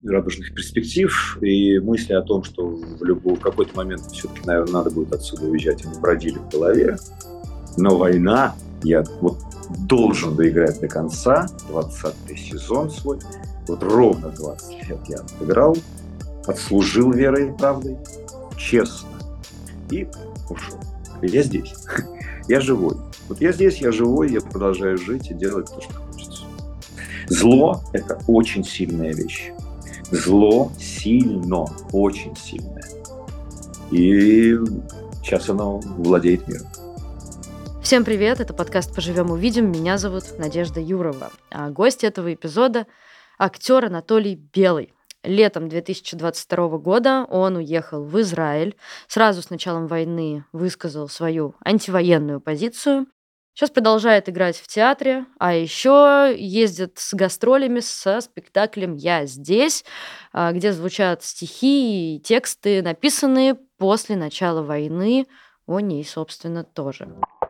радужных перспектив, и мысли о том, что в какой-то момент все-таки, наверное, надо будет отсюда уезжать, они бродили в голове. Но война, я вот должен доиграть до конца, 20-й сезон свой, вот ровно 20 лет я отыграл, отслужил верой и правдой, честно, и ушел. Я здесь, я живой. Вот я здесь, я живой, я продолжаю жить и делать то, что хочется. Зло – это очень сильная вещь. Зло сильно, очень сильное. И сейчас оно владеет миром. Всем привет, это подкаст «Поживем, увидим». Меня зовут Надежда Юрова. А гость этого эпизода – актер Анатолий Белый. Летом 2022 года он уехал в Израиль. Сразу с началом войны высказал свою антивоенную позицию. Сейчас продолжает играть в театре, а еще ездит с гастролями со спектаклем «Я здесь», где звучат стихи и тексты, написанные после начала войны, о ней, собственно, тоже.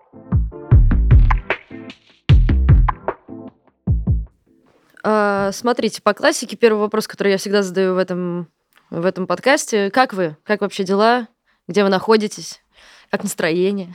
Смотрите, по классике первый вопрос, который я всегда задаю в этом подкасте. Как вы? Как вообще дела? Где вы находитесь? Как настроение?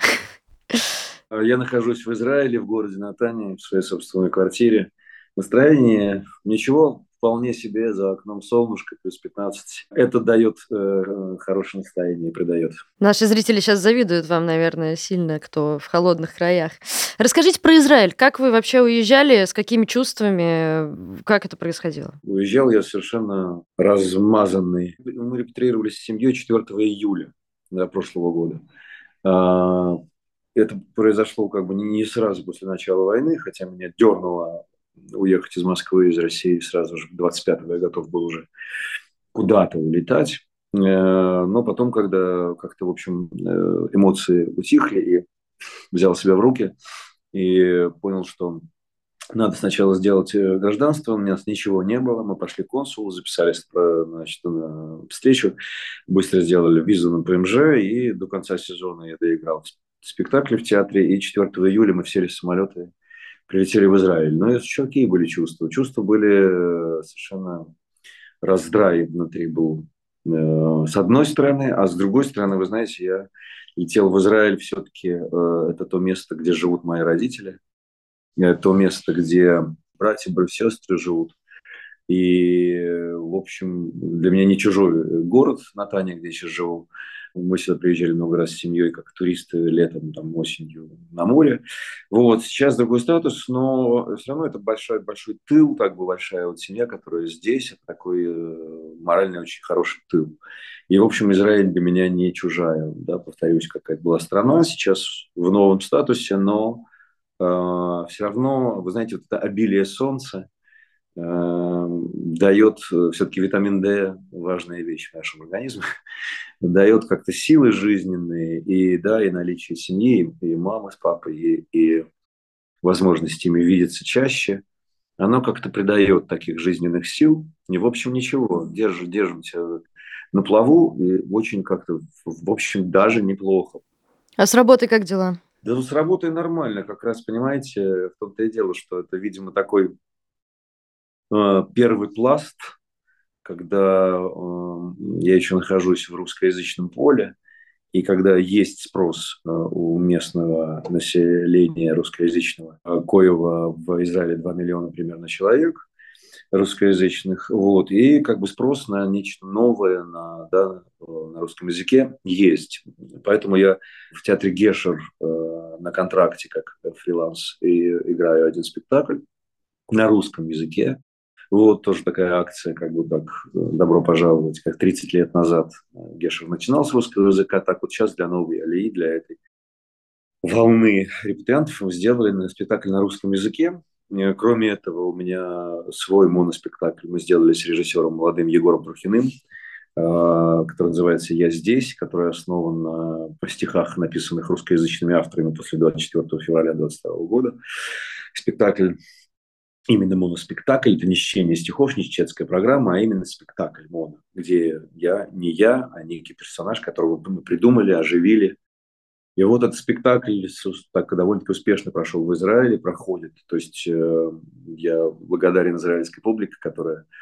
Я нахожусь в Израиле, в городе Натане, в своей собственной квартире. Настроение ничего, вполне себе, за окном солнышко, плюс 15. Это дает хорошее настроение, придает. Наши зрители сейчас завидуют вам, наверное, сильно, кто в холодных краях. Расскажите про Израиль. Как вы вообще уезжали? С какими чувствами? Как это происходило? Уезжал я совершенно размазанный. Мы репатриировались с семьей 4 июля прошлого года. Это произошло как бы не сразу после начала войны, хотя меня дернуло уехать из Москвы, из России сразу же. 25-го я готов был уже куда-то улетать. Но потом, когда как-то, в общем, эмоции утихли, и взял себя в руки и понял, что надо сначала сделать гражданство, у нас ничего не было, мы пошли к консулу, записались, значит, на встречу, быстро сделали визу на ПМЖ, и до конца сезона я доиграл спектакль в театре, и 4 июля мы сели в самолеты, прилетели в Израиль. Но еще какие были чувства? Чувства были совершенно раздрай внутри был. С одной стороны, а с другой стороны, вы знаете, я летел в Израиль все-таки, это то место, где живут мои родители, то место, где братья, сестры живут. И, в общем, для меня не чужой город Натания, где я сейчас живу. Мы сюда приезжали много раз с семьей, как туристы летом, там, осенью на море. Вот, сейчас другой статус, но все равно это большой тыл, как бы большая вот семья, которая здесь, это такой морально очень хороший тыл. И, в общем, Израиль для меня не чужая, да, повторюсь, какая-то была страна, сейчас в новом статусе, но все равно, вы знаете, вот это обилие солнца дает все-таки витамин D, важная вещь в нашем организме, дает как-то силы жизненные, и да, и наличие семьи, и мамы с папой, и возможность ими видеться чаще, оно как-то придает таких жизненных сил, и в общем ничего, держимся на плаву, и очень как-то, в общем, даже неплохо. А с работой как дела? Да, ну, с работой нормально, как раз, понимаете, в том-то и дело, что это, видимо, такой первый пласт, когда я еще нахожусь в русскоязычном поле, и когда есть спрос у местного населения русскоязычного, коего в Израиле 2 миллиона примерно человек русскоязычных, вот, и как бы спрос на нечто новое на русском языке есть. Поэтому я в театре Гешер на контракте как фриланс и играю один спектакль на русском языке. Вот тоже такая акция, как бы так, добро пожаловать, как 30 лет назад Гешер начинал с русского языка, так вот сейчас для новой алии, для этой волны репатриантов мы сделали спектакль на русском языке. Кроме этого, у меня свой моноспектакль мы сделали с режиссером молодым Егором Трухиным, который называется «Я здесь», который основан по стихах, написанных русскоязычными авторами после 24 февраля 2022 года. Спектакль именно моноспектакль, это не чтение стихов, не чтецкая программа, а именно спектакль моно, где не я, а некий персонаж, которого мы придумали, оживили. И вот этот спектакль так довольно-таки успешно прошел в Израиле, проходит. То есть я благодарен израильской публике, которая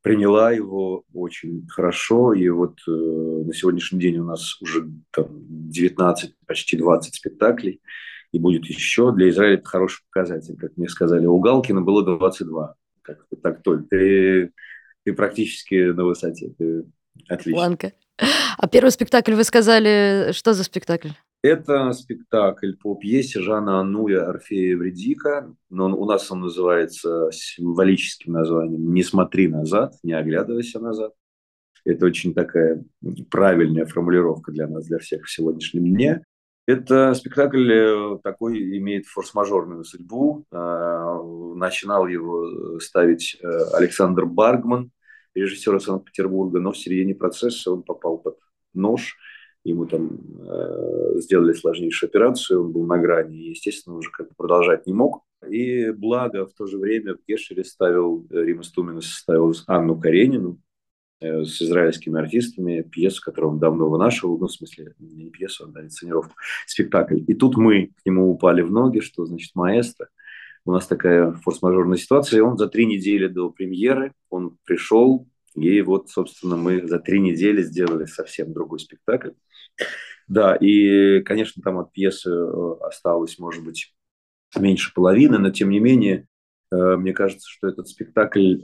приняла его очень хорошо. И вот на сегодняшний день у нас уже там 19, почти 20 спектаклей. И будет еще. Для Израиля это хороший показатель. Как мне сказали, у Галкина было 22. Как-то так, Толь. Ты практически на высоте. Ты отлично. Планка. А первый спектакль вы сказали, что за спектакль? Это спектакль по пьесе Жана Ануя «Орфея и Эвридика», но у нас он называется символическим названием «Не смотри назад, не оглядывайся назад». Это очень такая правильная формулировка для нас, для всех в сегодняшнем дне. Это спектакль такой, имеет форс-мажорную судьбу. Начинал его ставить Александр Баргман, режиссер Санкт-Петербурга, но в середине процесса он попал под нож. Ему там сделали сложнейшую операцию, он был на грани, и, естественно, уже как бы продолжать не мог. И благо в то же время в Гешере ставил, Римас Туминас ставил Анну Каренину, с израильскими артистами, пьесу, которую он давно вынашивал, ну, в смысле, не пьесу, а инсценировку, спектакль. И тут мы к нему упали в ноги, что значит маэстро. У нас такая форс-мажорная ситуация, и он за 3 недели до премьеры, он пришел, и вот, собственно, мы за 3 недели сделали совсем другой спектакль. Да, и, конечно, там от пьесы осталось, может быть, меньше половины, но, тем не менее, мне кажется, что этот спектакль,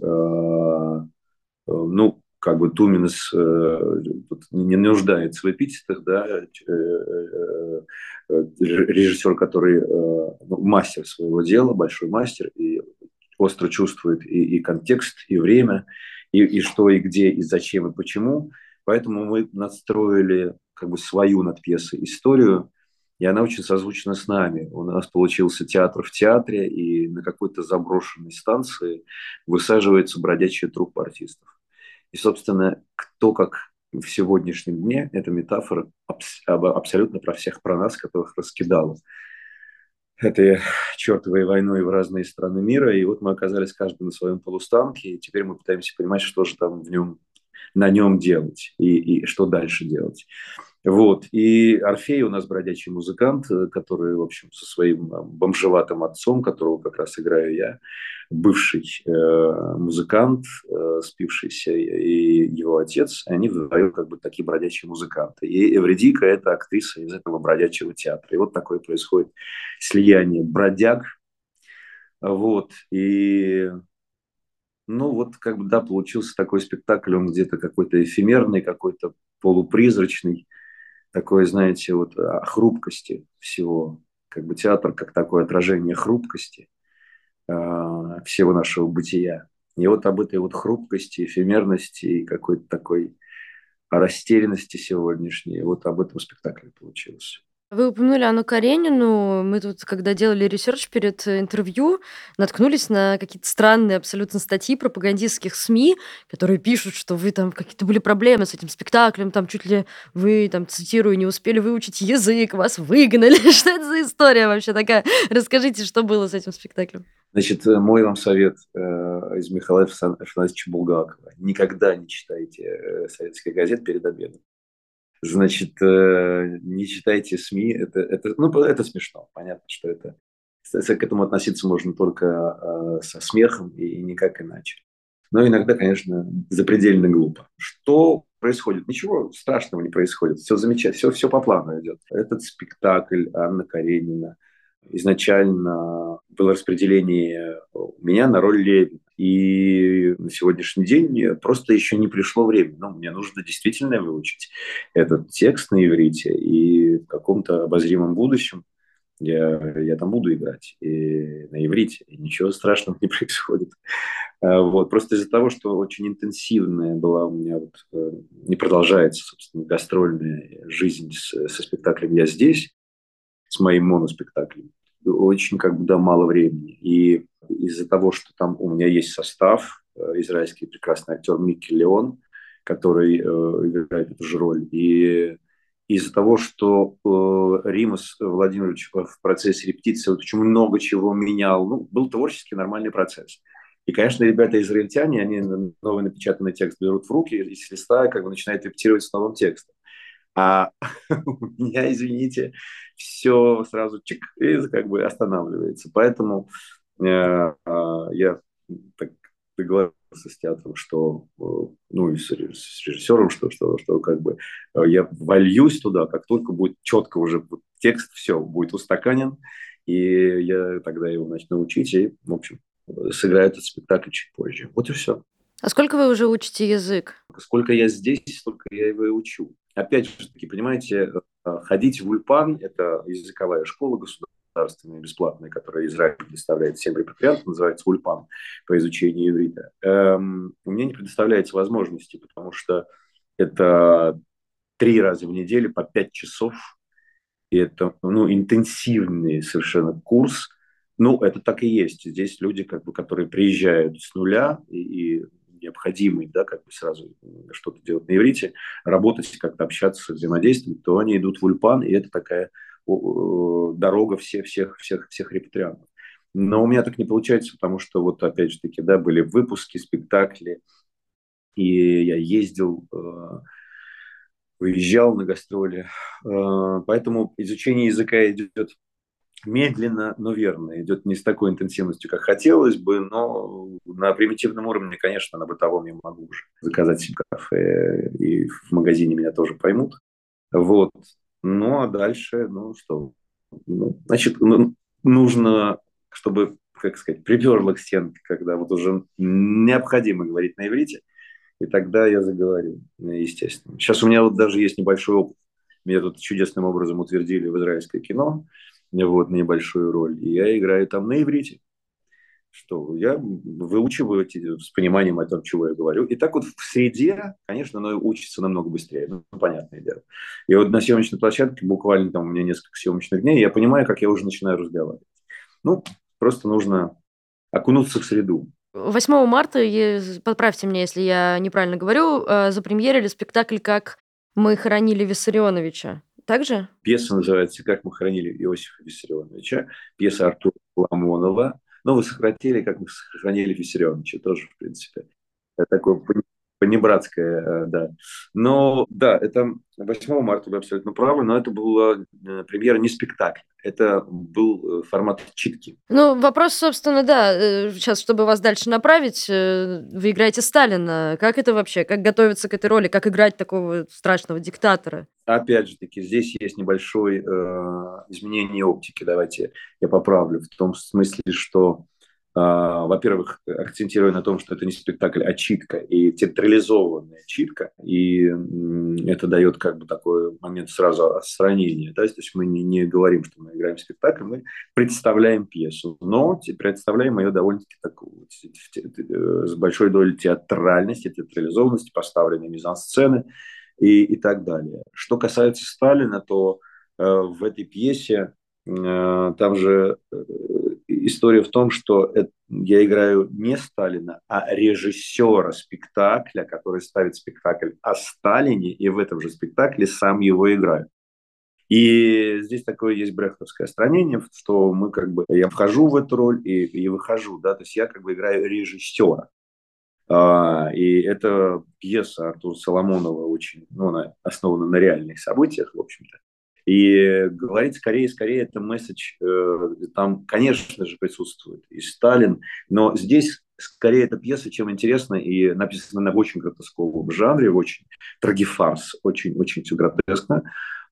ну, как бы Туминас не нуждается в эпитетах, да, режиссер, который мастер своего дела, большой мастер, и остро чувствует и контекст, и время, и что, и где, и зачем, и почему. Поэтому мы настроили как бы свою над пьесой историю, и она очень созвучна с нами. У нас получился театр в театре, и на какой-то заброшенной станции высаживается бродячая труппа артистов. И, собственно, кто как в сегодняшнем дне, эта метафора абсолютно про всех, про нас, которых раскидало этой чертовой войной в разные страны мира. И вот мы оказались каждый на своем полустанке, и теперь мы пытаемся понимать, что же там в нем, на нем делать и что дальше делать. Вот. И Орфей у нас бродячий музыкант, который, в общем, со своим бомжеватым отцом, которого как раз играю я, бывший музыкант, спившийся, и его отец, они вдвоем как бы такие бродячие музыканты. И Эвредика – это актриса из этого бродячего театра. И вот такое происходит слияние бродяг. Вот. И ну, вот как бы, да, получился такой спектакль, он где-то какой-то эфемерный, какой-то полупризрачный, такой, знаете, вот о хрупкости всего. Как бы театр как такое отражение хрупкости всего нашего бытия. И вот об этой вот хрупкости, эфемерности и какой-то такой растерянности сегодняшней, вот об этом спектакле получилось. Вы упомянули Анну Каренину. Мы тут, когда делали ресерч перед интервью, наткнулись на какие-то странные абсолютно статьи пропагандистских СМИ, которые пишут, что вы там какие-то были проблемы с этим спектаклем, там чуть ли вы, там, цитирую, не успели выучить язык, вас выгнали. Что это за история вообще такая? Расскажите, что было с этим спектаклем? Значит, мой вам совет из Михаила Афанасьевича Булгакова. Никогда не читайте советских газет перед обедом. Значит, не читайте СМИ, это смешно, понятно, что это. К этому относиться можно только со смехом и никак иначе. Но иногда, конечно, запредельно глупо. Что происходит? Ничего страшного не происходит, все замечательно, все по плану идет. Этот спектакль Анна Каренина, изначально было распределение у меня на роль Левина. И на сегодняшний день просто еще не пришло время. Но мне нужно действительно выучить этот текст на иврите. И в каком-то обозримом будущем я там буду играть и на иврите. И ничего страшного не происходит. Вот. Просто из-за того, что очень интенсивная была у меня, не продолжается, собственно, гастрольная жизнь со спектаклем «Я здесь», с моим моноспектаклем, очень как бы, да, мало времени. И из-за того, что там у меня есть состав, израильский прекрасный актер Микки Леон, который играет эту же роль, и из-за того, что Римас Владимирович в процессе репетиции очень много чего менял, ну, был творческий нормальный процесс. И, конечно, ребята израильтяне, они новый напечатанный текст берут в руки и с листа как бы начинают репетировать с новым текстом. А у меня, извините, все сразу чик, и как бы останавливается. Поэтому я так с театром, что, ну, и с режиссером, что как бы я вольюсь туда, как только будет четко уже текст, все, будет устаканен, и я тогда его начну учить, и, в общем, сыграю этот спектакль чуть позже. Вот и все. А сколько вы уже учите язык? Сколько я здесь, столько я его и учу. Опять же таки, понимаете, ходить в Ульпан – это языковая школа государственная, бесплатная, которая Израиль предоставляет всем репатриантам, называется Ульпан по изучению иврита. У меня не предоставляется возможности, потому что это 3 раза в неделю по 5 часов, и это, ну, интенсивный совершенно курс. Ну, это так и есть. Здесь люди, как бы, которые приезжают с нуля и необходимый, да, как бы сразу что-то делать на иврите, работать, как-то общаться, взаимодействовать, то они идут в Ульпан, и это такая дорога всех репатриантов. Но у меня так не получается, потому что вот опять же таки, да, были выпуски, спектакли, и я ездил, выезжал на гастроли. Поэтому изучение языка идет медленно, но верно. Идет не с такой интенсивностью, как хотелось бы, но на примитивном уровне, конечно, на бытовом я могу уже заказать себе кафе, и в магазине меня тоже поймут. Вот. Ну, а дальше, ну, что? Ну, значит, нужно, чтобы, как сказать, приперло к стенке, когда вот уже необходимо говорить на иврите, и тогда я заговорю, естественно. Сейчас у меня вот даже есть небольшой опыт. Меня тут чудесным образом утвердили в израильское кино, вот, на небольшую роль. И я играю там на иврите. Что я выучиваю с пониманием о том, чего я говорю. И так вот в среде, конечно, оно учится намного быстрее. Ну, понятное дело. И вот на съемочной площадке буквально там у меня несколько съемочных дней, я понимаю, как я уже начинаю разговаривать. Ну, просто нужно окунуться в среду. 8 марта, поправьте меня, если я неправильно говорю, запремьерили спектакль «Как мы хоронили Виссарионовича». Так же? Пьеса называется «Как мы хоронили Иосифа Виссарионовича». Пьеса Артура Ламонова. Ну, вы сократили «Как мы сохранили Виссарионовича». Тоже, в принципе. Это такое понебратское, да. Но, да, это 8 марта, вы абсолютно правы, но это была премьера не спектакль. Это был формат читки. Ну, вопрос, собственно, да, сейчас, чтобы вас дальше направить, вы играете Сталина. Как это вообще? Как готовиться к этой роли? Как играть такого страшного диктатора? Опять же таки, здесь есть небольшое изменение оптики. Давайте я поправлю. В том смысле, что, во-первых, акцентирую на том, что это не спектакль, а читка. И театрализованная читка. И это дает как бы такой момент сразу отстранения. Да? То есть мы не говорим, что мы играем спектакль, мы представляем пьесу. Но представляем ее довольно-таки такую, с большой долей театральности, театрализованности, поставленной мизансцены и так далее. Что касается Сталина, то в этой пьесе там же история в том, что я играю не Сталина, а режиссера спектакля, который ставит спектакль о Сталине, и в этом же спектакле сам его играю. И здесь такое есть брехтовское отстранение, что мы как бы, я вхожу в эту роль и выхожу, да, то есть я как бы играю режиссера. И это пьеса Артура Соломонова очень, ну, она основана на реальных событиях, в общем-то. И говорить скорее это месседж, там, конечно же, присутствует и Сталин, но здесь скорее эта пьеса, чем интересна, и написана в очень гротесковом жанре, очень трагифарс, очень все гротескно.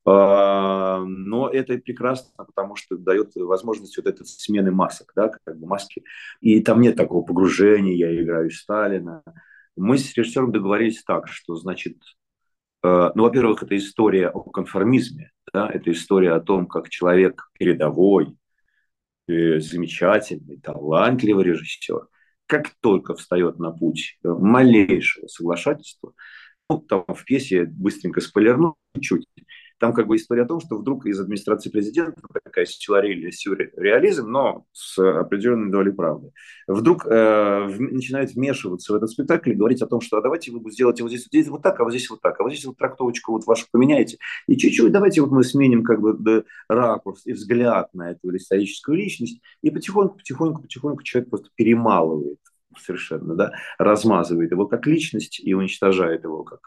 Но это прекрасно, потому что дает возможность вот этой смены масок, да, как бы маски. И там нет такого погружения, я играю Сталина. Мы с режиссером договорились так, что, значит, ну, во-первых, это история о конформизме, да, это история о том, как человек передовой, замечательный, талантливый режиссер, как только встает на путь малейшего соглашательства, ну, там в пьесе я быстренько спойлерну чуть. Там как бы история о том, что вдруг из администрации президента такая сюрреализм, но с определенной долей правды. Вдруг начинает вмешиваться в этот спектакль и говорить о том, что давайте вы сделаете вот здесь вот так, а вот здесь вот так, а вот здесь вот трактовочку вот вашу поменяете. И чуть-чуть давайте вот мы сменим как бы ракурс и взгляд на эту историческую личность. И потихоньку человек просто перемалывает совершенно, да, размазывает его как личность и уничтожает его как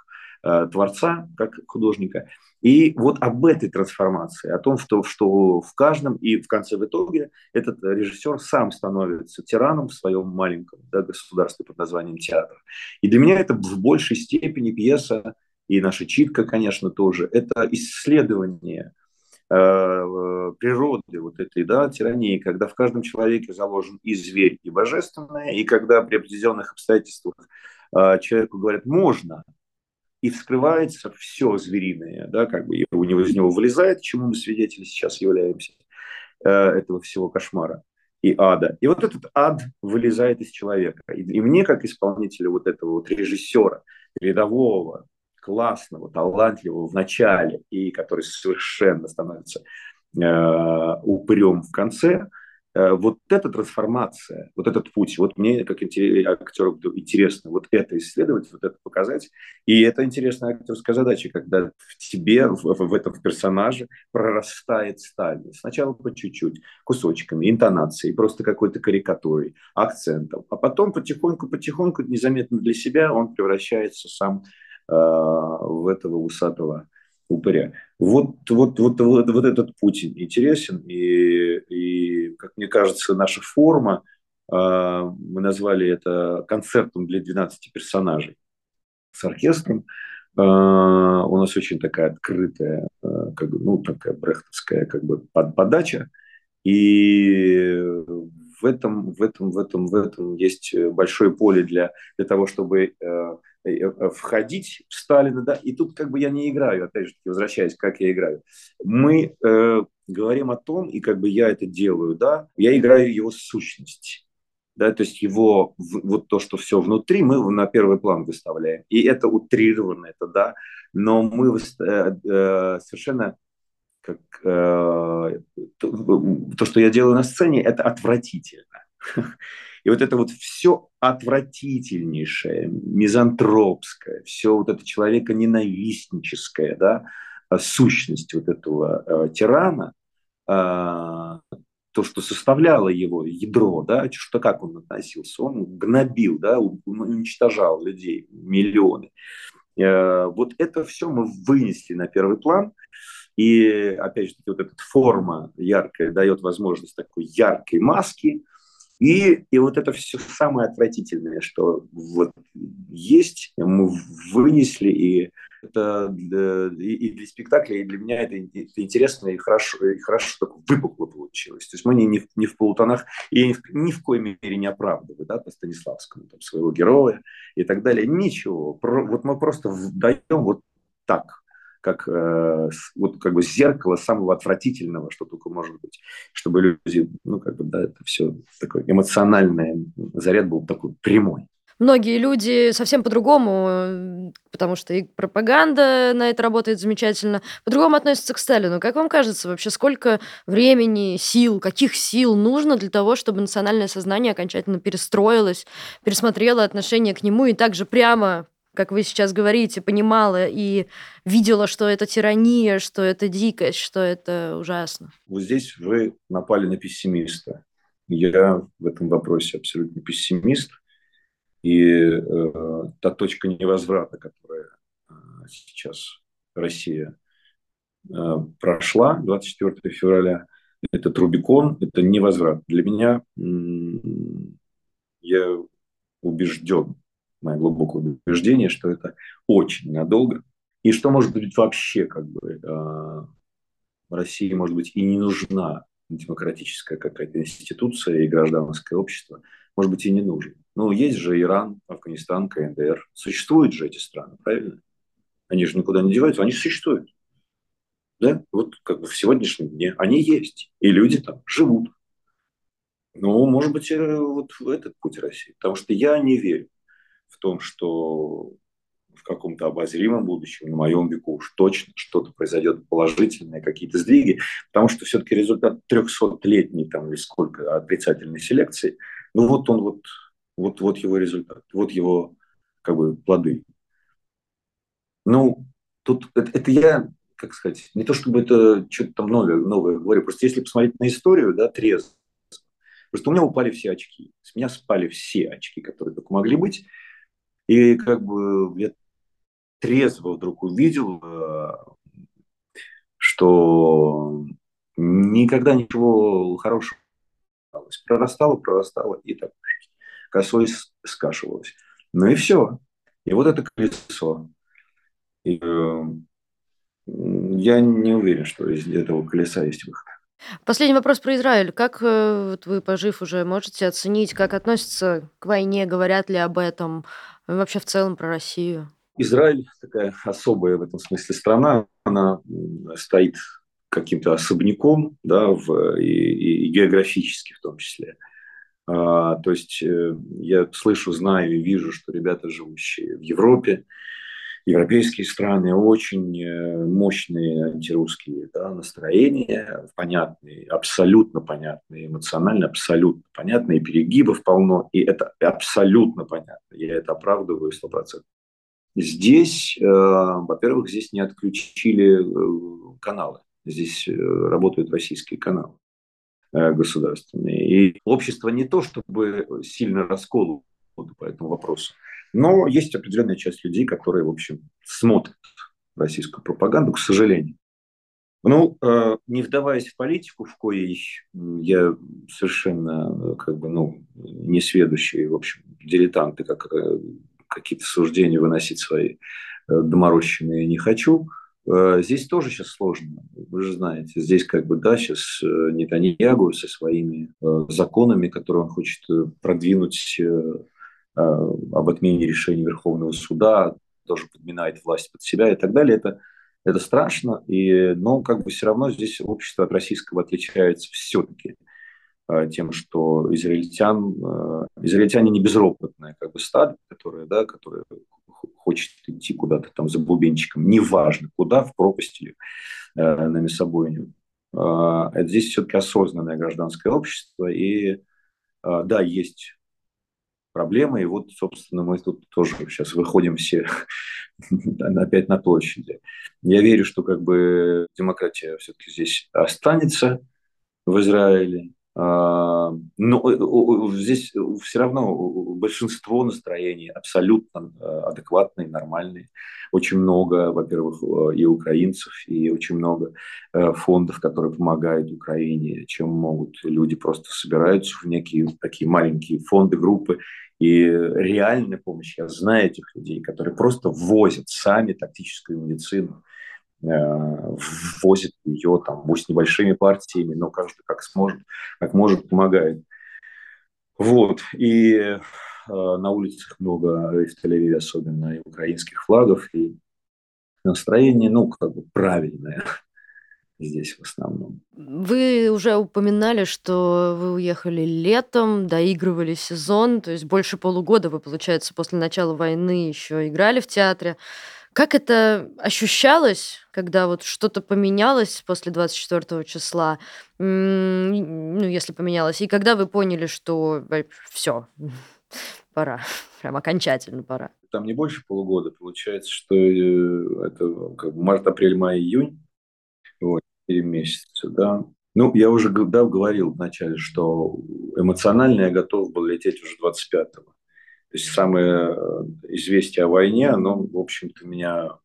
творца, как художника. И вот об этой трансформации, о том, что в каждом и в конце в итоге этот режиссер сам становится тираном в своем маленьком, да, государстве под названием театр. И для меня это в большей степени пьеса, и наша читка, конечно, тоже, это исследование природы вот этой, да, тирании, когда в каждом человеке заложен и зверь, и божественное, и когда при определенных обстоятельствах человеку говорят «можно», и вскрывается все звериное, да, как бы у него из него вылезает, чему мы свидетели сейчас являемся, этого всего кошмара и ада. И вот этот ад вылезает из человека. И мне, как исполнителю вот этого вот режиссера, рядового, классного, талантливого в начале, и который совершенно становится упырем в конце, вот эта трансформация, вот этот путь, вот мне как актеру интересно вот это исследовать, вот это показать. И это интересная актерская задача, когда в тебе, в этом персонаже прорастает сталь. Сначала по чуть-чуть, кусочками, интонацией, просто какой-то карикатурой, акцентом. А потом потихоньку, незаметно для себя он превращается сам в этого усатого упыря. Вот этот путь интересен, и, как мне кажется, наша форма, мы назвали это концертом для 12 персонажей с оркестром. У нас очень такая открытая, как бы, ну, такая брехтовская как бы подача, и в этом есть большое поле для того, чтобы входить в Сталина, да, и тут как бы я не играю, опять же, возвращаясь, как я играю. Мы говорим о том, и как бы я это делаю, да, я играю его сущность, да, то есть его, вот то, что все внутри, мы на первый план выставляем, и это утрированно, это да, но мы совершенно как то, что я делаю на сцене, это отвратительно. И вот это вот все отвратительнейшее, мизантропское, все вот это человеконенавистническое, да, сущность вот этого тирана, то, что составляло его ядро, да, что как он относился, он гнобил, да, уничтожал людей, миллионы. Вот это все мы вынесли на первый план. И, опять же, вот эта форма яркая дает возможность такой яркой маски. И вот это все самое отвратительное, что вот есть, мы вынесли, и это и для спектакля, и для меня это интересно, и хорошо так выпукло получилось. То есть мы не в полутонах, и ни в коей мере не оправдываю, да, по Станиславскому, там, своего героя и так далее. Ничего. Вот мы просто даем вот так, как вот как бы зеркало самого отвратительного, что только может быть, чтобы люди, ну как бы, да, это все такой эмоциональный заряд был такой прямой. Многие люди совсем по-другому, потому что и пропаганда на это работает замечательно, по-другому относятся к Сталину. Как вам кажется, вообще сколько времени, сил, каких сил нужно для того, чтобы национальное сознание окончательно перестроилось, пересмотрело отношение к нему и также прямо, как вы сейчас говорите, понимало и видела, что это тирания, что это дикость, что это ужасно? Вот здесь вы напали на пессимиста. Я в этом вопросе абсолютно пессимист. И та точка невозврата, которая сейчас Россия прошла 24 февраля, это Рубикон, это невозврат. Для меня, я убежден, мое глубокое убеждение, что это очень надолго. И что, может быть, вообще как бы России, может быть, и не нужна демократическая какая-то институция и гражданское общество, может быть, и не нужен. Но есть же Иран, Афганистан, КНДР. Существуют же эти страны, правильно? Они же никуда не деваются, они существуют. Да? Вот как бы в сегодняшнем дне они есть. И люди там живут. Ну, может быть, вот в этот путь России. Потому что я не верю в том, что в каком-то обозримом будущем, на моем веку уж точно что-то произойдет положительное, какие-то сдвиги, потому что все-таки результат 300-летней там или сколько отрицательной селекции, ну вот он вот его результат, вот его как бы плоды. Ну, тут это я, как сказать, не то чтобы это что-то там новое говорю, просто если посмотреть на историю, да, трезво, просто у меня упали все очки, с меня спали все очки, которые только могли быть, и как бы я трезво вдруг увидел, что никогда ничего хорошего не делалось. Прорастало и так косой скашивалось. Ну и все. И вот это колесо. И, я не уверен, что из этого колеса есть выход. Последний вопрос про Израиль. Как, вот вы, пожив уже, можете оценить, как относятся к войне, говорят ли об этом, вообще в целом про Россию? Израиль такая особая в этом смысле страна. Она стоит каким-то особняком, да, и географически в том числе. То есть я слышу, знаю и вижу, что ребята, живущие в Европе, европейские страны, очень мощные антирусские, да, настроения, понятные, абсолютно понятные, эмоционально абсолютно понятные, перегибов полно, и это абсолютно понятно. Я это оправдываю 100%. Здесь, во-первых, здесь не отключили каналы. Здесь работают российские каналы государственные. И общество не то, чтобы сильно расколото по этому вопросу, но есть определенная часть людей, которые, в общем, смотрят российскую пропаганду, к сожалению. Ну, не вдаваясь в политику, в коей я совершенно как бы, ну, несведущий, в общем, дилетанты, как какие-то суждения выносить свои доморощенные не хочу. Здесь тоже сейчас сложно, вы же знаете. Здесь как бы, да, сейчас Нетаньягу со своими законами, которые он хочет продвинуть об отмене решений Верховного суда, тоже подминает власть под себя и так далее. Это страшно, но как бы все равно здесь общество от российского отличается все-таки тем, что израильтяне не безропотное как бы стадо, которое хочет идти куда-то там за бубенчиком, неважно куда, в пропасть или на мясобойню. Здесь все-таки осознанное гражданское общество, и да, есть проблемы, и вот, собственно, мы тут тоже сейчас выходим все опять на площади. Я верю, что как бы демократия все-таки здесь останется в Израиле. Но здесь все равно большинство настроений абсолютно адекватные, нормальные. Очень много, во-первых, и украинцев, и очень много фондов, которые помогают Украине, чем могут. Люди просто собираются в некие такие маленькие фонды, группы, и реальная помощь. Я знаю этих людей, которые просто ввозят сами тактическую медицину, ввозит ее там, пусть небольшими партиями, но каждый как сможет, как может, помогает. Вот. И на улицах много, и в Тель-Авиве особенно, и украинских флагов, и настроение, ну, как бы правильное здесь в основном. Вы уже упоминали, что вы уехали летом, доигрывали сезон, то есть больше полугода вы, получается, после начала войны еще играли в театре. Как это ощущалось, когда вот что-то поменялось после 24 числа? Ну, если поменялось. И когда вы поняли, что все, пора, прям окончательно пора? Там не больше полугода, получается, что это как бы март, апрель, май, июнь, вот, 4 месяца, да. Ну, я уже говорил вначале, что эмоционально я готов был лететь уже 25-го. То есть самое известие о войне, оно, в общем-то, меня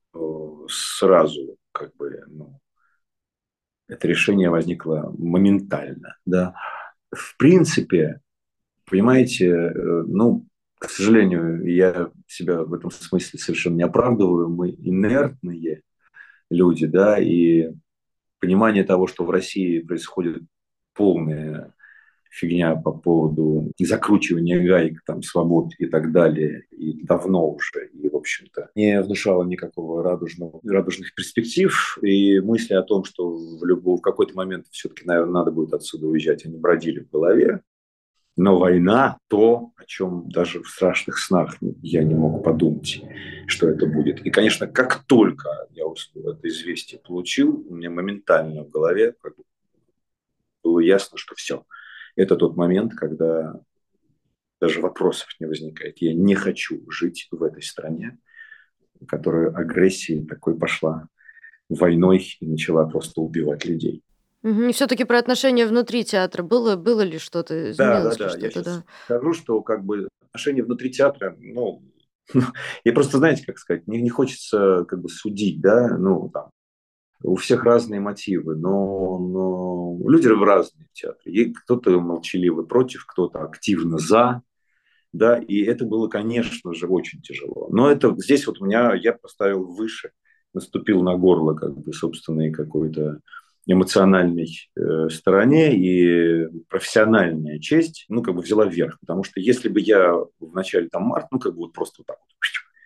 сразу как бы, ну, это решение возникло моментально, да. В принципе, понимаете, ну, к сожалению, я себя в этом смысле совершенно не оправдываю, мы инертные люди, да, и понимание того, что в России происходит полная фигня по поводу закручивания гаек, там, свобод и так далее, и давно уже, и, в общем-то, не внушало никакого радужных перспектив, и мысли о том, что в какой-то момент все-таки, наверное, надо будет отсюда уезжать, они бродили в голове. Но война, то, о чем даже в страшных снах я не мог подумать, что это будет. И, конечно, как только я это известие получил, у меня моментально в голове как бы было ясно, что все. Это тот момент, когда даже вопросов не возникает. Я не хочу жить в этой стране, которая агрессией такой пошла войной и начала просто убивать людей. Мгм. И всё-таки про отношения внутри театра было ли что-то, Да, да, изменилось ли да. Я что-то, сейчас да? скажу, что как бы отношения внутри театра, ну, И просто, знаете, как сказать, не хочется как бы судить, да, ну, там, у всех разные мотивы, но люди разные в театре. И кто-то молчаливый против, кто-то активно за, да, и это было, конечно же, очень тяжело. Но это здесь вот я поставил выше, наступил на горло как бы собственной какой-то эмоциональной стороне, и профессиональная честь, ну, как бы взяла вверх. Потому что если бы я в начале там марта, ну, как бы вот просто вот так вот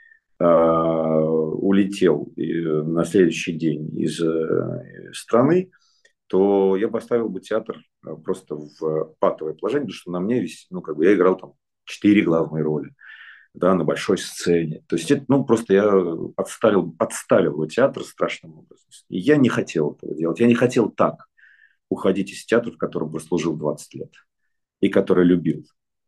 улетел на следующий день из страны, то я поставил бы театр просто в патовое положение, потому что на мне ну, как бы я играл там 4 главные роли, да, на большой сцене. То есть это, ну, просто я подставил театр страшным образом. И я не хотел этого делать. Я не хотел так уходить из театра, в котором прослужил 20 лет и который любил.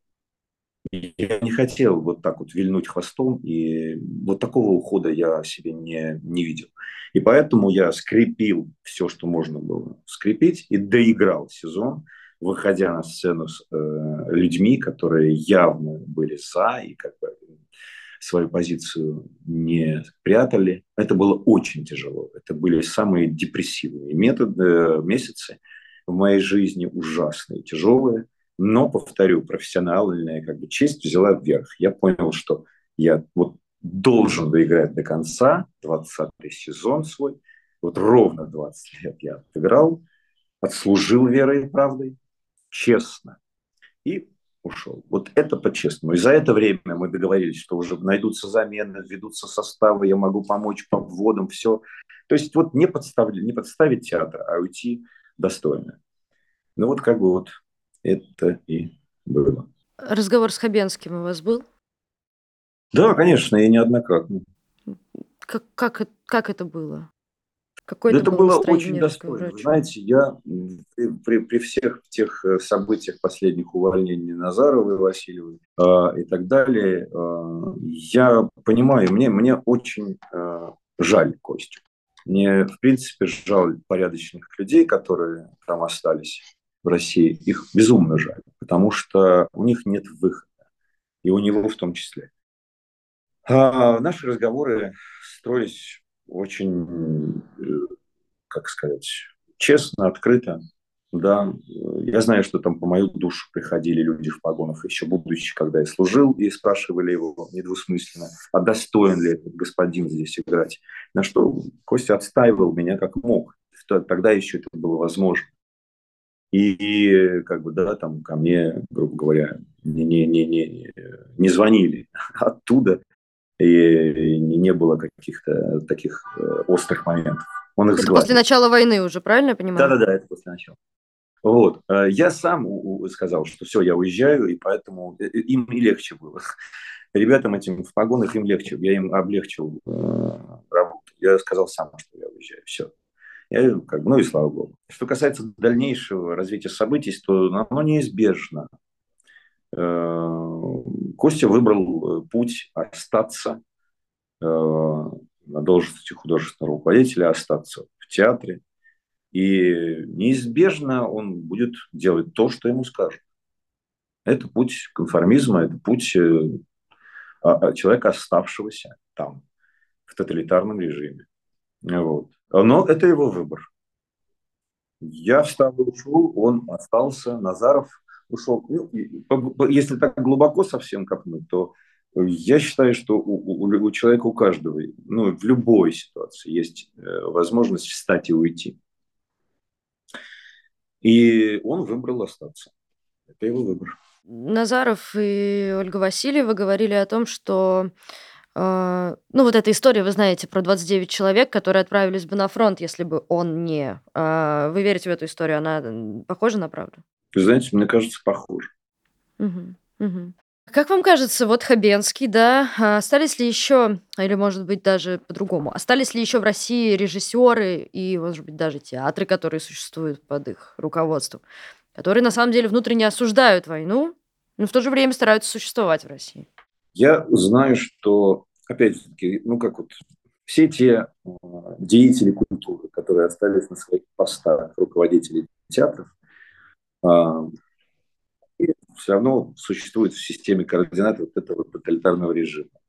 Я не хотел вот так вот вильнуть хвостом, и вот такого ухода я себе не видел. И поэтому я скрепил все, что можно было скрепить, и доиграл сезон, выходя на сцену с людьми, которые явно были за и как бы свою позицию не прятали. Это было очень тяжело. Это были самые депрессивные месяцы в моей жизни, ужасные, тяжелые. Но, повторю, профессиональная как бы честь взяла вверх. Я понял, что я вот должен доиграть до конца 20-й сезон свой. Вот ровно 20 лет я отыграл, отслужил верой и правдой, честно. И ушел. Вот это по-честному. И за это время мы договорились, что уже найдутся замены, введутся составы, я могу помочь по вводам, все. То есть вот не подставить театр, а уйти достойно. Ну вот как бы вот это и было. Разговор с Хабенским у вас был? Да, конечно, и неоднократно. Как это было? Какое Да это это было было очень настроение разговора, достойно. о Вы чем? знаете, я при всех тех событиях последних увольнений Назаровой, Васильевой и так далее, я понимаю, мне очень жаль Костю. Мне, в принципе, жаль порядочных людей, которые там остались в России. Их безумно жаль, потому что у них нет выхода, и у него в том числе. Наши разговоры строились очень, как сказать, честно, открыто. Да, я знаю, что там по мою душу приходили люди в погонах, еще будучи, когда я служил, и спрашивали его недвусмысленно, а достоин ли этот господин здесь играть. На что Костя отстаивал меня как мог. Тогда еще это было возможно. И как бы, да, там ко мне, грубо говоря, не звонили оттуда, и не было каких-то таких острых моментов. Он их Это после сгладил. начала войны уже, правильно я понимаю? Да-да-да, это после начала. Вот. Я сам сказал, что все, я уезжаю, и поэтому им и легче было. Ребятам этим в погонах им легче. Я им облегчил работу. Я сказал сам, что я уезжаю. Все. Ну и слава богу. Что касается дальнейшего развития событий, то оно неизбежно. Костя выбрал путь остаться на должности художественного руководителя, остаться в театре. И неизбежно он будет делать то, что ему скажут. Это путь конформизма, это путь человека, оставшегося там, в тоталитарном режиме. Вот. Но это его выбор. Я встал и ушел, он остался, Назаров ушел. Ну, если так глубоко совсем копнуть, то я считаю, что у человека, у каждого, ну, в любой ситуации есть возможность встать и уйти. И он выбрал остаться. Это его выбор. Назаров и Ольга Васильева говорили о том, что, ну, вот эта история, вы знаете, про 29 человек, которые отправились бы на фронт, если бы он не... Вы верите в эту историю? Она похожа на правду? Вы знаете, мне кажется, похоже. Мгм, мгм. Как вам кажется, вот Хабенский, да, остались ли еще, или, может быть, даже по-другому, остались ли еще в России режиссеры и, может быть, даже театры, которые существуют под их руководством, которые на самом деле внутренне осуждают войну, но в то же время стараются существовать в России? Я знаю, что, опять-таки, ну как вот все те деятели культуры, которые остались на своих постах руководителей театров, а, все равно существуют в системе координат вот этого тоталитарного режима.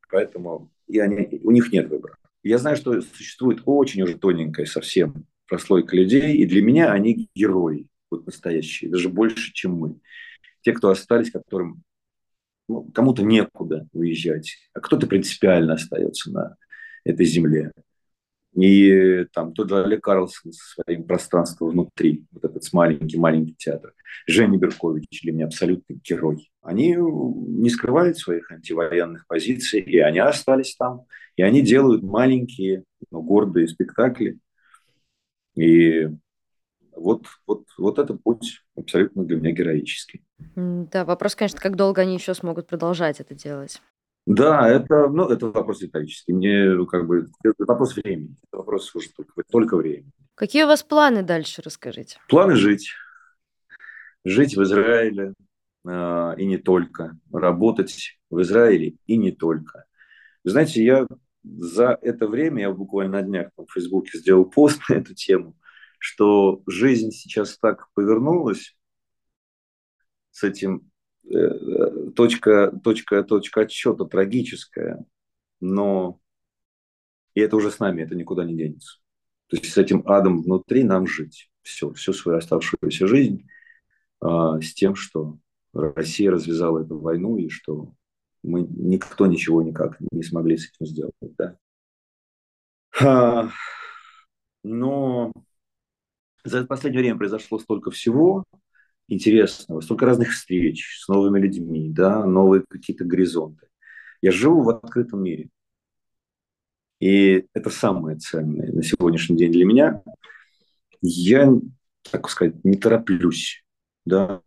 Поэтому у них нет выбора. Я знаю, что существует очень уже тоненькая совсем прослойка людей, и для меня они герои, вот настоящие, даже больше, чем мы. Те, кто остались, которым кому-то некуда уезжать, а кто-то принципиально остается на этой земле. И там тот же Олег Карлсон со своим пространством внутри, вот этот маленький театр. Женя Беркович для меня абсолютный герой. Они не скрывают своих антивоенных позиций, и они остались там. И они делают маленькие, но гордые спектакли. И вот это путь абсолютно для меня героический. Да, вопрос, конечно, как долго они еще смогут продолжать это делать. Да, это вопрос риторический. Это вопрос времени. Это вопрос уже только времени. Какие у вас планы дальше, расскажите? Планы жить. Жить в Израиле и не только. Работать в Израиле и не только. Вы знаете, я за это время, я буквально на днях в Фейсбуке сделал пост на эту тему, что жизнь сейчас так повернулась с этим точка отсчета трагическая, но и это уже с нами, это никуда не денется. То есть с этим адом внутри нам жить всю свою оставшуюся жизнь с тем, что Россия развязала эту войну и что мы никто ничего никак не смогли с этим сделать. Да? Но за последнее время произошло столько всего интересного, столько разных встреч с новыми людьми, да, новые какие-то горизонты. Я живу в открытом мире. И это самое ценное на сегодняшний день для меня. Я, так сказать, не тороплюсь, да,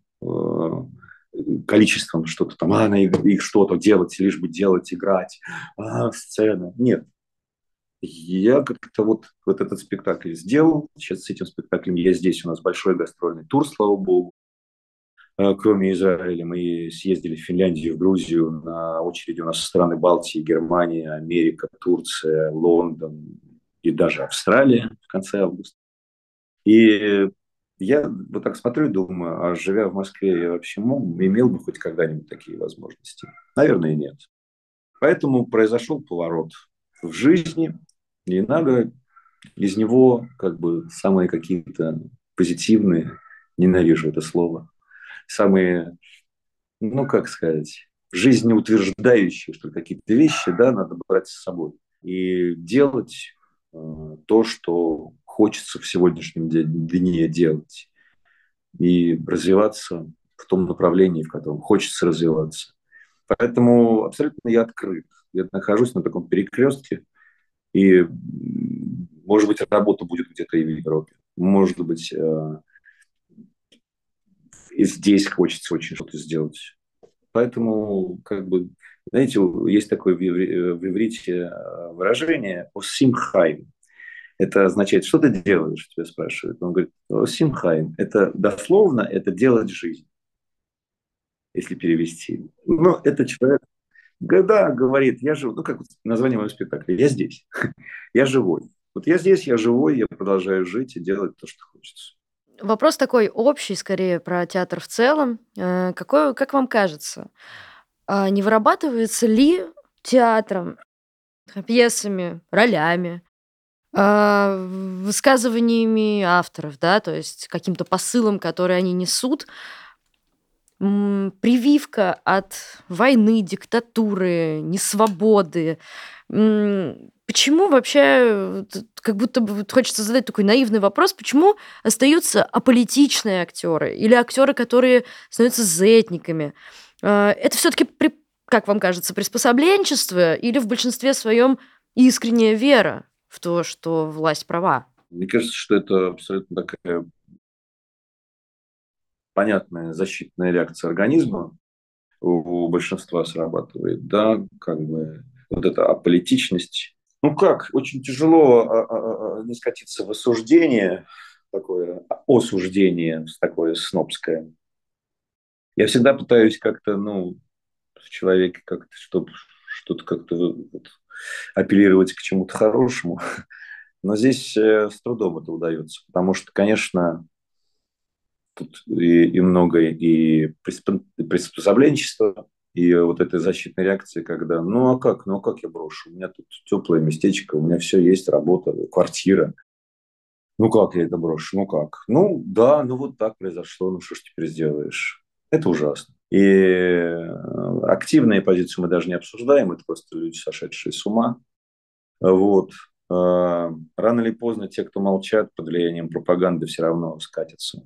количеством что-то там, надо их что-то делать, лишь бы делать, играть, сцена. Нет. Я как-то вот этот спектакль сделал. Сейчас с этим спектаклем я здесь. У нас большой гастрольный тур, слава богу. Кроме Израиля, мы съездили в Финляндию, в Грузию. На очереди у нас страны Балтии, Германия, Америка, Турция, Лондон и даже Австралия в конце августа. И я вот так смотрю и думаю, а живя в Москве, я вообще имел бы хоть когда-нибудь такие возможности? Наверное, нет. Поэтому произошел поворот в жизни, и надо из него как бы самые какие-то позитивные, ненавижу это слово, самые, ну как сказать, жизнеутверждающие, что ли, какие-то вещи, да, надо брать с собой и делать то, что хочется в сегодняшнем дне делать, и развиваться в том направлении, в котором хочется развиваться. Поэтому абсолютно я открыт. Я нахожусь на таком перекрестке, и, может быть, работа будет где-то и в Европе. Может быть, и здесь хочется очень что-то сделать. Поэтому, как бы, знаете, есть такое в иврите выражение «осимхайм». Это означает, что ты делаешь, тебя спрашивают. Он говорит, «осимхайм». Это дословно, это делать жизнь, если перевести. Но это человек, да, говорит, я живу, ну, как название моего спектакля, я здесь, я живой. Вот я здесь, я живой, я продолжаю жить и делать то, что хочется. Вопрос такой общий, скорее, про театр в целом. Как вам кажется, не вырабатывается ли театром, пьесами, ролями, высказываниями авторов, да, то есть каким-то посылом, который они несут, прививка от войны, диктатуры, несвободы? Почему вообще, как будто бы хочется задать такой наивный вопрос, почему остаются аполитичные актеры или актеры, которые становятся зетниками? Это все-таки, как вам кажется, приспособленчество или в большинстве своем искренняя вера в то, что власть права? Мне кажется, что это абсолютно такая понятная защитная реакция организма у большинства срабатывает, да, как бы вот эта аполитичность. Ну как, очень тяжело не скатиться в осуждение, такое осуждение, такое снобское. Я всегда пытаюсь как-то, ну, в человеке как-то, чтобы что-то как-то вот, апеллировать к чему-то хорошему. Но здесь с трудом это удается, потому что, конечно, тут и много и приспособленчества, И вот этой защитной реакции, когда, ну а как я брошу? У меня тут теплое местечко, у меня все есть, работа, квартира. Ну как я это брошу? Ну как? Ну да, ну вот так произошло, ну что ж теперь сделаешь? Это ужасно. И активные позиции мы даже не обсуждаем, это просто люди, сошедшие с ума. Вот. Рано или поздно те, кто молчат под влиянием пропаганды, все равно скатятся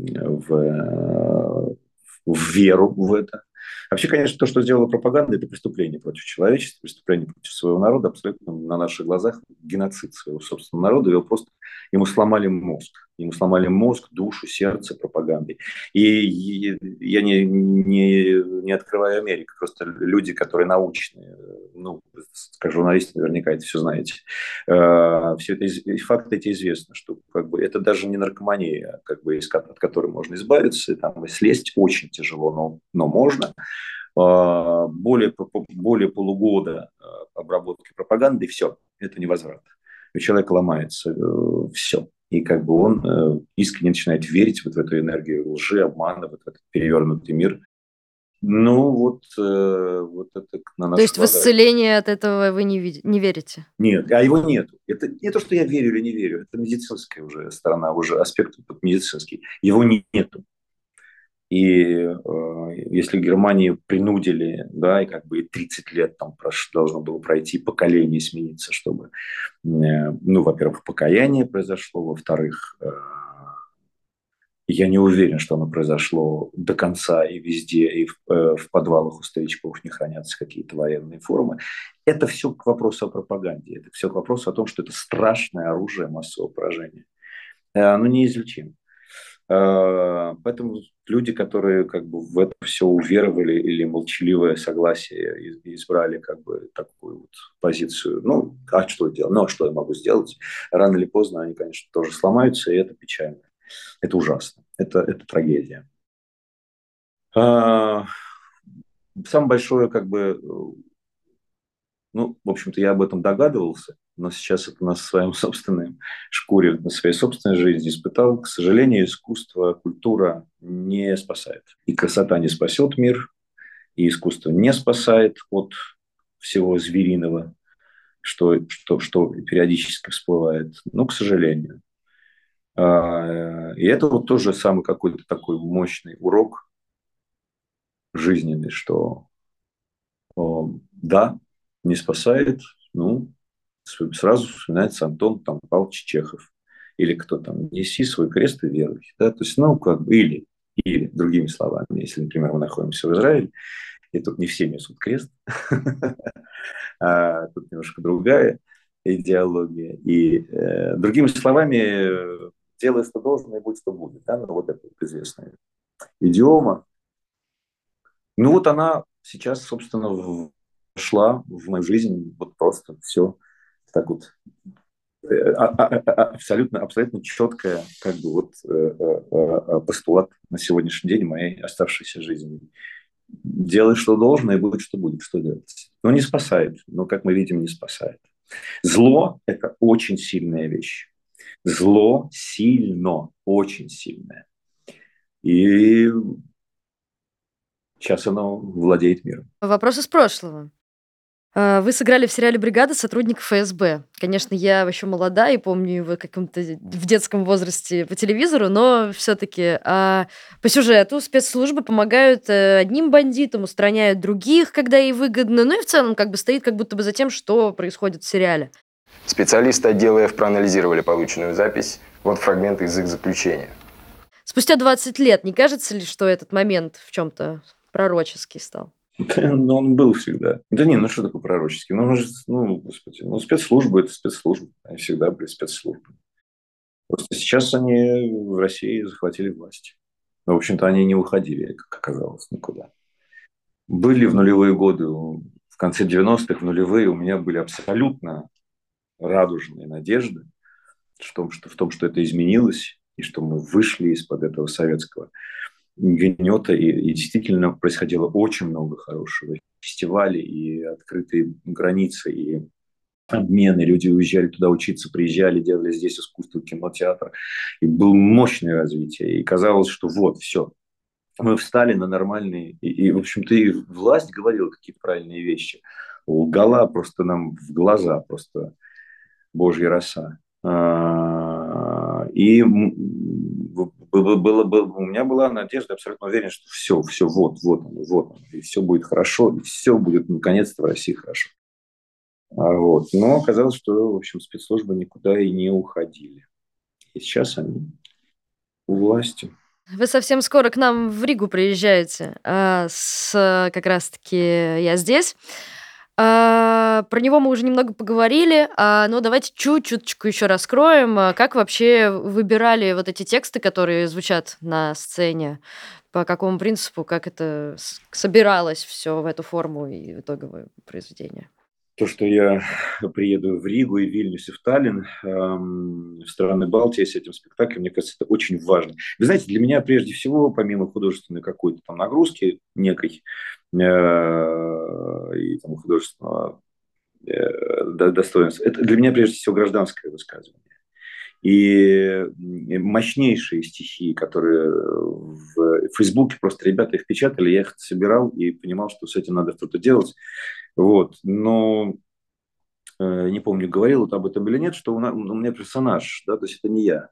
в веру в это. Вообще, конечно, то, что сделала пропаганда, это преступление против человечества, преступление против своего народа, абсолютно на наших глазах геноцид своего собственного народа. Ему сломали мозг. Ему сломали мозг, душу, сердце пропагандой. И я не открываю Америку. Просто люди, которые научные, ну, как журналисты, наверняка это все знаете. Все это, факты эти известны, что как бы, это даже не наркомания, как бы, от которой можно избавиться, там, и слезть очень тяжело, но можно. Более полугода обработки пропаганды, и все, это невозврат. У человека ломается все. И как бы он искренне начинает верить вот в эту энергию лжи, обмана, вот в этот перевернутый мир. Ну, вот это на То наших есть в глазах. исцеление от этого вы не верите? Нет, а его нет. Это не то, что я верю или не верю, это медицинская уже сторона, уже аспект медицинский. Его нету. И если Германию принудили, да, и как бы 30 лет там должно было пройти, поколение смениться, чтобы, ну, во-первых, покаяние произошло, во-вторых, я не уверен, что оно произошло до конца и везде, и в подвалах у старичков не хранятся какие-то военные формы. Это все к вопросу о пропаганде. Это все к вопросу о том, что это страшное оружие массового поражения. Оно неизлечимо. Поэтому люди, которые как бы в это все уверовали или молчаливое согласие избрали как бы такую вот позицию, ну, а что делать? Ну, а что я могу сделать? Рано или поздно они, конечно, тоже сломаются, и это печально. Это ужасно. Это трагедия. Самое большое, как бы, ну, в общем-то, я об этом догадывался, но сейчас это на своем собственном шкуре, на своей собственной жизни испытал. К сожалению, искусство, культура не спасает. И красота не спасет мир, и искусство не спасает от всего звериного, что периодически всплывает. Но, к сожалению. И это вот тоже самый какой-то такой мощный урок жизненный, что да, не спасает, ну, сразу вспоминается Антон там, Павлович Чехов. Или кто там, неси свой крест и веруй. Да? То есть, ну, как бы, или, другими словами, если, например, мы находимся в Израиле, и тут не все несут крест, а тут немножко другая идеология. И, другими словами, делай, что должно, и будь, что будет. Да? Ну, вот это вот известная идиома. Ну, вот она сейчас, собственно, вошла в мою жизнь, вот просто все так вот абсолютно четкая, как бы вот постулат на сегодняшний день моей оставшейся жизни. Делай, что должно, и будет, что будет. Что делать? Ну, не спасает. Но, как мы видим, не спасает. Зло – это очень сильная вещь. Зло сильно, очень сильное. И сейчас оно владеет миром. Вопрос из прошлого. Вы сыграли в сериале «Бригада» сотрудников ФСБ. Конечно, я еще молода и помню его каком-то в детском возрасте по телевизору, но все-таки по сюжету спецслужбы помогают одним бандитам, устраняют других, когда ей выгодно, ну и в целом как бы стоит как будто бы за тем, что происходит в сериале. Специалисты отдела F проанализировали полученную запись. Вот фрагменты из их заключения. Спустя 20 лет не кажется ли, что этот момент в чем-то пророческий стал? Но он был всегда. Да не, ну что такое пророческий? Господи, спецслужбы – это спецслужбы. Они всегда были спецслужбами. Просто сейчас они в России захватили власть. Но, в общем-то, они не уходили, как оказалось, никуда. Были в нулевые годы, в конце 90-х, в нулевые, у меня были абсолютно радужные надежды в том, что это изменилось, и что мы вышли из-под этого советского гнета, и действительно происходило очень много хорошего. Фестивали, и открытые границы, и обмены. Люди уезжали туда учиться, приезжали, делали здесь искусство, кинотеатр. И было мощное развитие. И казалось, что вот, все, Мы встали на нормальные, в общем-то, и власть говорила какие-то правильные вещи. Лгала просто нам в глаза, просто божья роса. И у меня была надежда, абсолютно уверен, что все, вот оно, и все будет хорошо, и все будет наконец-то в России хорошо. Вот. Но оказалось, что, в общем, спецслужбы никуда и не уходили. И сейчас они у власти. Вы совсем скоро к нам в Ригу приезжаете. Как раз-таки я здесь. Про него мы уже немного поговорили, но давайте чуть-чуточку еще раскроем. Как вообще выбирали вот эти тексты, которые звучат на сцене? По какому принципу, как это собиралось все в эту форму и итоговое произведение? То, что я приеду в Ригу и Вильнюс и в Таллин, в страны Балтии с этим спектаклем, мне кажется, это очень важно. Вы знаете, для меня прежде всего, помимо художественной какой-то там нагрузки некой и там, художественного достоинства, это для меня прежде всего гражданское высказывание. И мощнейшие стихи, которые в Фейсбуке просто ребята их печатали, я их собирал и понимал, что с этим надо что-то делать. Вот. Но не помню, говорил вот об этом или нет, что у меня персонаж, да, то есть это не я.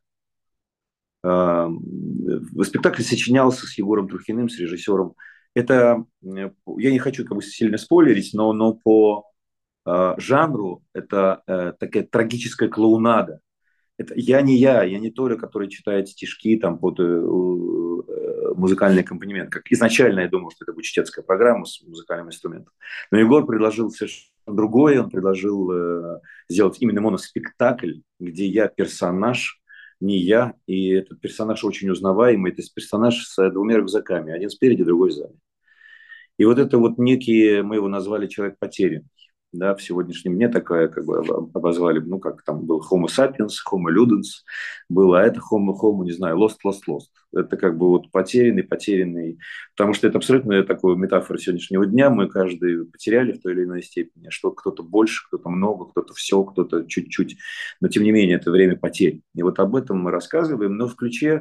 Спектакль сочинялся с Егором Трухиным, с режиссером. Это, я не хочу как бы сильно спойлерить, но по жанру это такая трагическая клоунада. Это я, не Толя, который читает стишки там под музыкальный аккомпанемент. Как изначально я думал, что это будет чтецкая программа с музыкальным инструментом. Но Егор предложил совершенно другое. Он предложил сделать именно моноспектакль, где я персонаж, не я. И этот персонаж очень узнаваемый. Это персонаж с двумя рюкзаками. Один спереди, другой сзади. И вот это вот некие, мы его назвали «Человек потерянный». Да, в сегодняшнем дне такая, как бы обозвали, ну, как там был Homo sapiens, Homo ludens, было, а это Homo, не знаю, lost. Это как бы вот потерянный, потому что это абсолютно такая метафора сегодняшнего дня, мы каждый потеряли в той или иной степени, что кто-то больше, кто-то много, кто-то все, кто-то чуть-чуть, но тем не менее это время потерь. И вот об этом мы рассказываем, но в ключе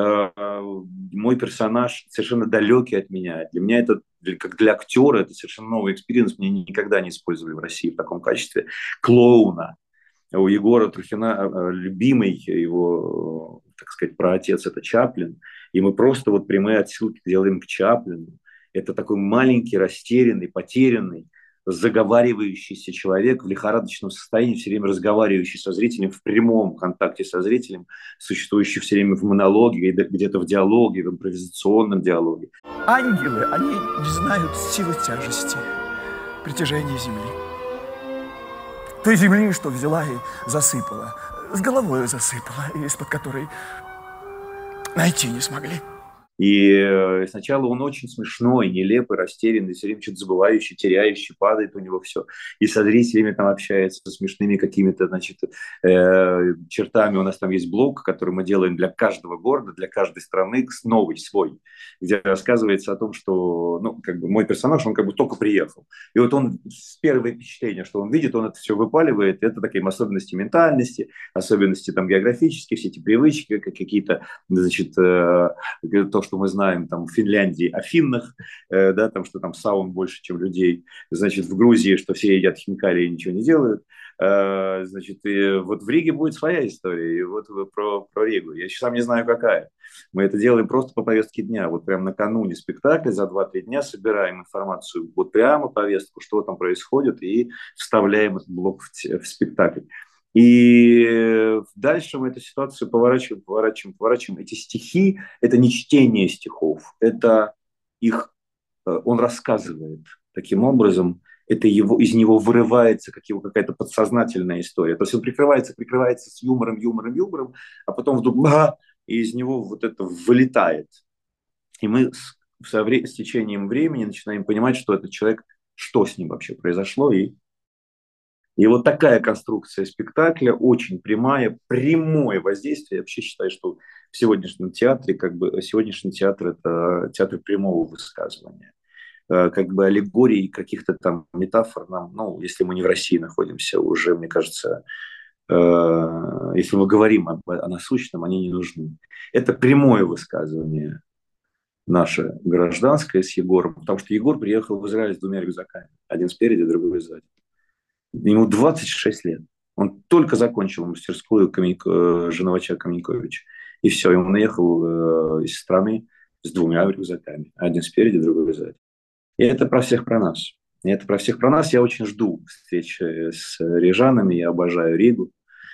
мой персонаж совершенно далекий от меня. Для меня это, как для актера, это совершенно новый экспириенс. Мне никогда не использовали в России в таком качестве клоуна. У Егора Трухина любимый его, так сказать, праотец – это Чаплин. И мы просто вот прямые отсылки делаем к Чаплину. Это такой маленький, растерянный, потерянный, заговаривающийся человек в лихорадочном состоянии, все время разговаривающий со зрителем, в прямом контакте со зрителем, существующий все время в монологе, где-то в диалоге, в импровизационном диалоге. Ангелы, они не знают силы тяжести, притяжения земли. Той земли, что взяла и засыпала, с головой засыпала, из-под которой найти не смогли. И сначала он очень смешной, нелепый, растерянный, все время что-то забывающий, теряющий, падает у него все. И со зрителями там общается со смешными какими-то, значит, чертами. У нас там есть блог, который мы делаем для каждого города, для каждой страны, новый, свой, где рассказывается о том, что, ну, как бы мой персонаж, он как бы только приехал. И вот он с первого впечатления, что он видит, он это все выпаливает. Это такие особенности ментальности, особенности там географические, все эти привычки, какие-то, значит, то, что мы знаем там в Финляндии о финнах, да, там, что там саун больше, чем людей, значит, в Грузии, что все едят хинкали и ничего не делают, значит, и вот в Риге будет своя история, и вот про Ригу. Я еще сам не знаю, какая. Мы это делаем просто по повестке дня, вот прямо накануне спектакля за 2-3 дня собираем информацию, вот прямо повестку, что там происходит, и вставляем этот блок в спектакль. И дальше мы эту ситуацию поворачиваем. Эти стихи – это не чтение стихов, это их, он рассказывает таким образом, это из него вырывается какая-то подсознательная история. То есть он прикрывается с юмором, а потом вдруг и из него вот это вылетает. И мы с течением времени начинаем понимать, что этот человек, что с ним вообще произошло, и вот такая конструкция спектакля, очень прямое воздействие. Я вообще считаю, что в сегодняшнем театре, сегодняшний театр – это театр прямого высказывания. Как бы аллегорий, каких-то там метафор нам, ну, если мы не в России находимся, уже, мне кажется, если мы говорим о насущном, они не нужны. Это прямое высказывание наша гражданская с Егором, потому что Егор приехал в Израиль с 2 рюкзаками. Один спереди, другой сзади. Ему 26 лет. Он только закончил мастерскую Женовача Каменьковича. И все, и он уехал из страны с 2 рюкзаками. Один спереди, другой сзади. И это про всех про нас. И это про всех про нас. Я очень жду встречи с рижанами. Я обожаю Ригу.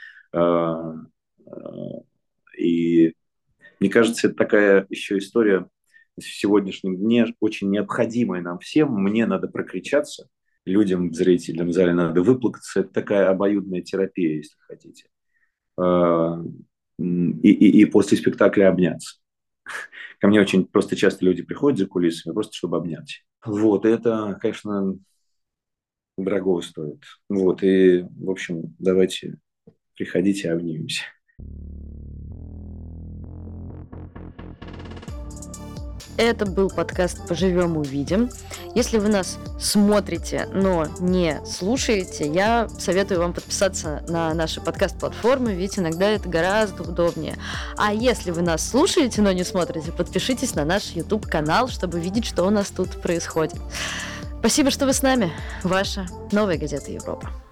И мне кажется, это такая еще история в сегодняшнем дне, очень необходимая нам всем. Мне надо прокричаться, людям, зрителям в зале надо выплакаться. Это такая обоюдная терапия, если хотите. И после спектакля обняться. Ко мне очень просто часто люди приходят за кулисами, просто чтобы обнять. Вот, и это, конечно, дорого стоит. Вот, и, в общем, давайте приходите, обнимемся. Это был подкаст «Поживем, увидим». Если вы нас смотрите, но не слушаете, я советую вам подписаться на наши подкаст-платформы, ведь иногда это гораздо удобнее. А если вы нас слушаете, но не смотрите, подпишитесь на наш YouTube-канал, чтобы видеть, что у нас тут происходит. Спасибо, что вы с нами. Ваша Новая газета Европа.